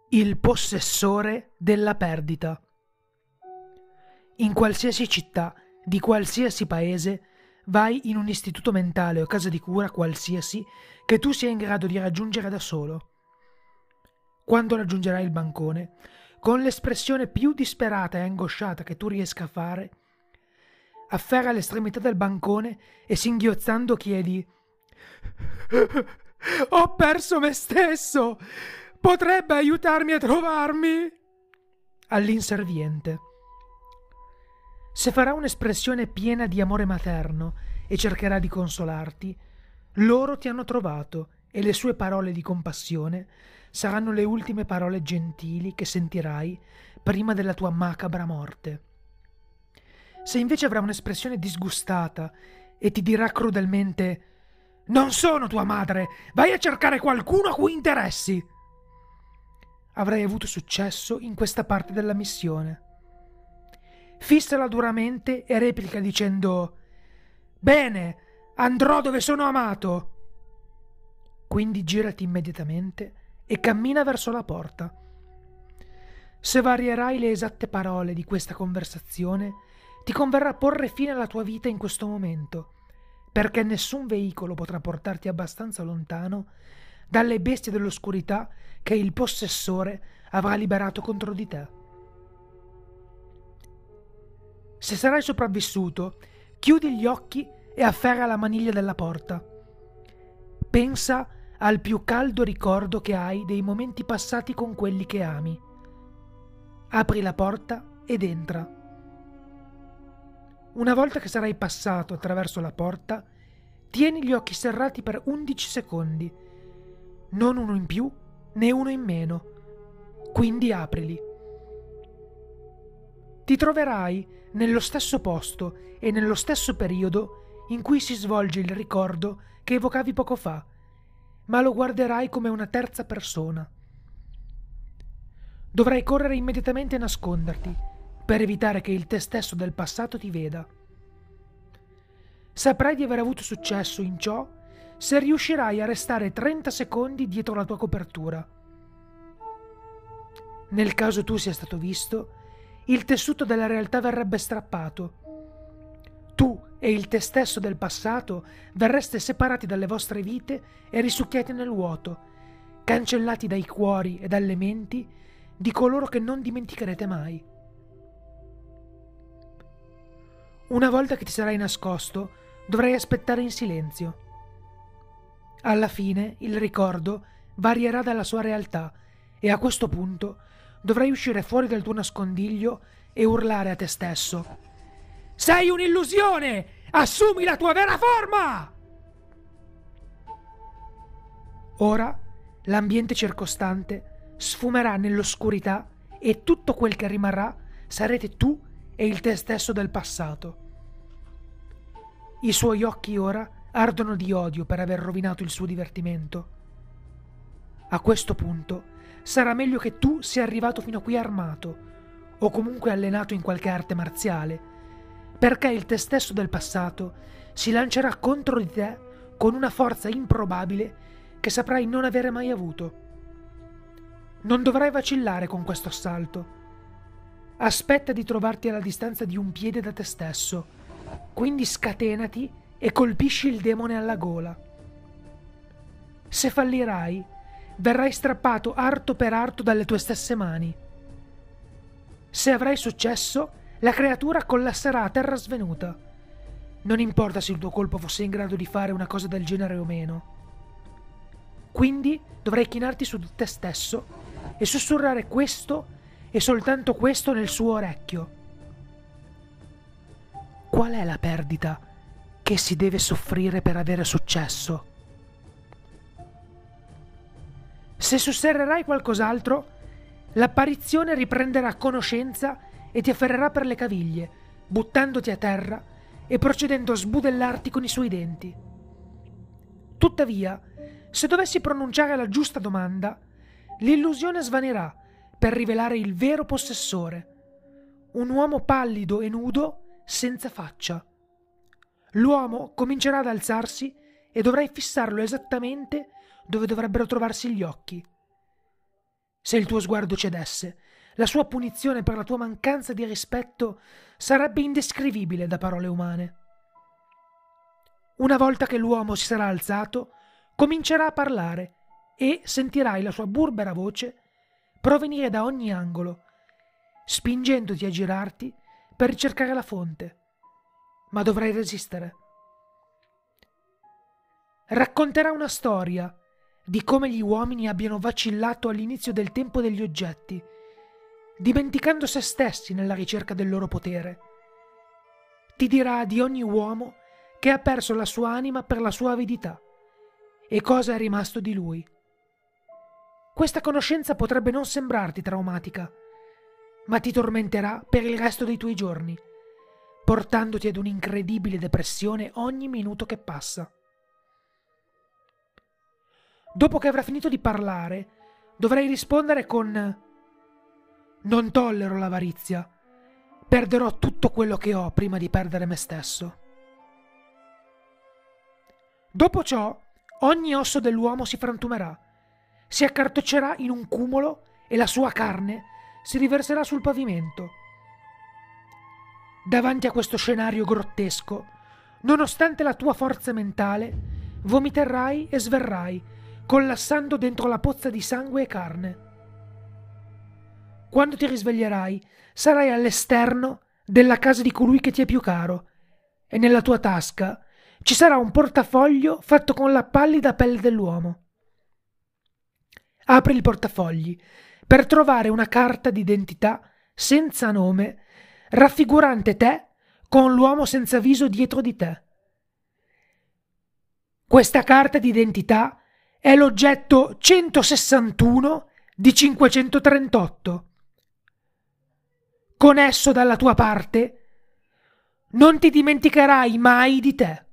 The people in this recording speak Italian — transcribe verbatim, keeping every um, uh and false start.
Il possessore della perdita. In qualsiasi città, di qualsiasi paese, vai in un istituto mentale o casa di cura qualsiasi che tu sia in grado di raggiungere da solo. Quando raggiungerai il bancone, con l'espressione più disperata e angosciata che tu riesca a fare, afferra l'estremità del bancone e singhiozzando chiedi: «Ho perso me stesso! Potrebbe aiutarmi a trovarmi?» all'inserviente. Se farà un'espressione piena di amore materno e cercherà di consolarti, loro ti hanno trovato e le sue parole di compassione saranno le ultime parole gentili che sentirai prima della tua macabra morte. Se invece avrà un'espressione disgustata e ti dirà crudelmente: «Non sono tua madre, vai a cercare qualcuno a cui interessi», avrai avuto successo in questa parte della missione. Fissala duramente e replica dicendo: «Bene, andrò dove sono amato». Quindi girati immediatamente e cammina verso la porta. Se varierai le esatte parole di questa conversazione, ti converrà porre fine alla tua vita in questo momento, perché nessun veicolo potrà portarti abbastanza lontano dalle bestie dell'oscurità che il possessore avrà liberato contro di te. Se sarai sopravvissuto, chiudi gli occhi e afferra la maniglia della porta. Pensa al più caldo ricordo che hai dei momenti passati con quelli che ami. Apri la porta ed entra. Una volta che sarai passato attraverso la porta, tieni gli occhi serrati per undici secondi, non uno in più né uno in meno, quindi aprili. Ti troverai nello stesso posto e nello stesso periodo in cui si svolge il ricordo che evocavi poco fa, ma lo guarderai come una terza persona. Dovrai correre immediatamente e nasconderti, per evitare che il te stesso del passato ti veda. Saprai di aver avuto successo in ciò se riuscirai a restare trenta secondi dietro la tua copertura. Nel caso tu sia stato visto, il tessuto della realtà verrebbe strappato. Tu e il te stesso del passato verreste separati dalle vostre vite e risucchiati nel vuoto, cancellati dai cuori e dalle menti di coloro che non dimenticherete mai. Una volta che ti sarai nascosto, dovrai aspettare in silenzio. Alla fine il ricordo varierà dalla sua realtà e a questo punto dovrai uscire fuori dal tuo nascondiglio e urlare a te stesso: «Sei un'illusione! Assumi la tua vera forma!» Ora l'ambiente circostante sfumerà nell'oscurità e tutto quel che rimarrà sarete tu e il te stesso del passato. I suoi occhi ora ardono di odio per aver rovinato il suo divertimento. A questo punto sarà meglio che tu sia arrivato fino a qui armato, o comunque allenato in qualche arte marziale, perché il te stesso del passato si lancerà contro di te con una forza improbabile che saprai non avere mai avuto. Non dovrai vacillare con questo assalto. Aspetta di trovarti alla distanza di un piede da te stesso, quindi scatenati e colpisci il demone alla gola. Se fallirai, verrai strappato arto per arto dalle tue stesse mani. Se avrai successo, la creatura collasserà a terra svenuta. Non importa se il tuo colpo fosse in grado di fare una cosa del genere o meno. Quindi dovrai chinarti su te stesso e sussurrare questo e soltanto questo nel suo orecchio. Qual è la perdita che si deve soffrire per avere successo? Se susserrerai qualcos'altro, l'apparizione riprenderà conoscenza e ti afferrerà per le caviglie, buttandoti a terra e procedendo a sbudellarti con i suoi denti. Tuttavia, se dovessi pronunciare la giusta domanda, l'illusione svanirà per rivelare il vero possessore, un uomo pallido e nudo senza faccia. L'uomo comincerà ad alzarsi e dovrai fissarlo esattamente dove dovrebbero trovarsi gli occhi. Se il tuo sguardo cedesse, la sua punizione per la tua mancanza di rispetto sarebbe indescrivibile da parole umane. Una volta che l'uomo si sarà alzato, comincerà a parlare e sentirai la sua burbera voce provenire da ogni angolo, spingendoti a girarti per ricercare la fonte, ma dovrai resistere. Racconterà una storia di come gli uomini abbiano vacillato all'inizio del tempo degli oggetti, dimenticando se stessi nella ricerca del loro potere. Ti dirà di ogni uomo che ha perso la sua anima per la sua avidità e cosa è rimasto di lui. Questa conoscenza potrebbe non sembrarti traumatica, ma ti tormenterà per il resto dei tuoi giorni, portandoti ad un'incredibile depressione ogni minuto che passa. Dopo che avrà finito di parlare, dovrai rispondere con: non tollero l'avarizia, perderò tutto quello che ho prima di perdere me stesso. Dopo ciò, ogni osso dell'uomo si frantumerà, si accartoccerà in un cumulo e la sua carne si riverserà sul pavimento. Davanti a questo scenario grottesco, nonostante la tua forza mentale, vomiterai e sverrai, collassando dentro la pozza di sangue e carne. Quando ti risveglierai, sarai all'esterno della casa di colui che ti è più caro e nella tua tasca ci sarà un portafoglio fatto con la pallida pelle dell'uomo. Apri il portafogli per trovare una carta d'identità senza nome, raffigurante te con l'uomo senza viso dietro di te. Questa carta d'identità è l'oggetto centosessantuno di cinquecentotrentotto. Con esso dalla tua parte non ti dimenticherai mai di te.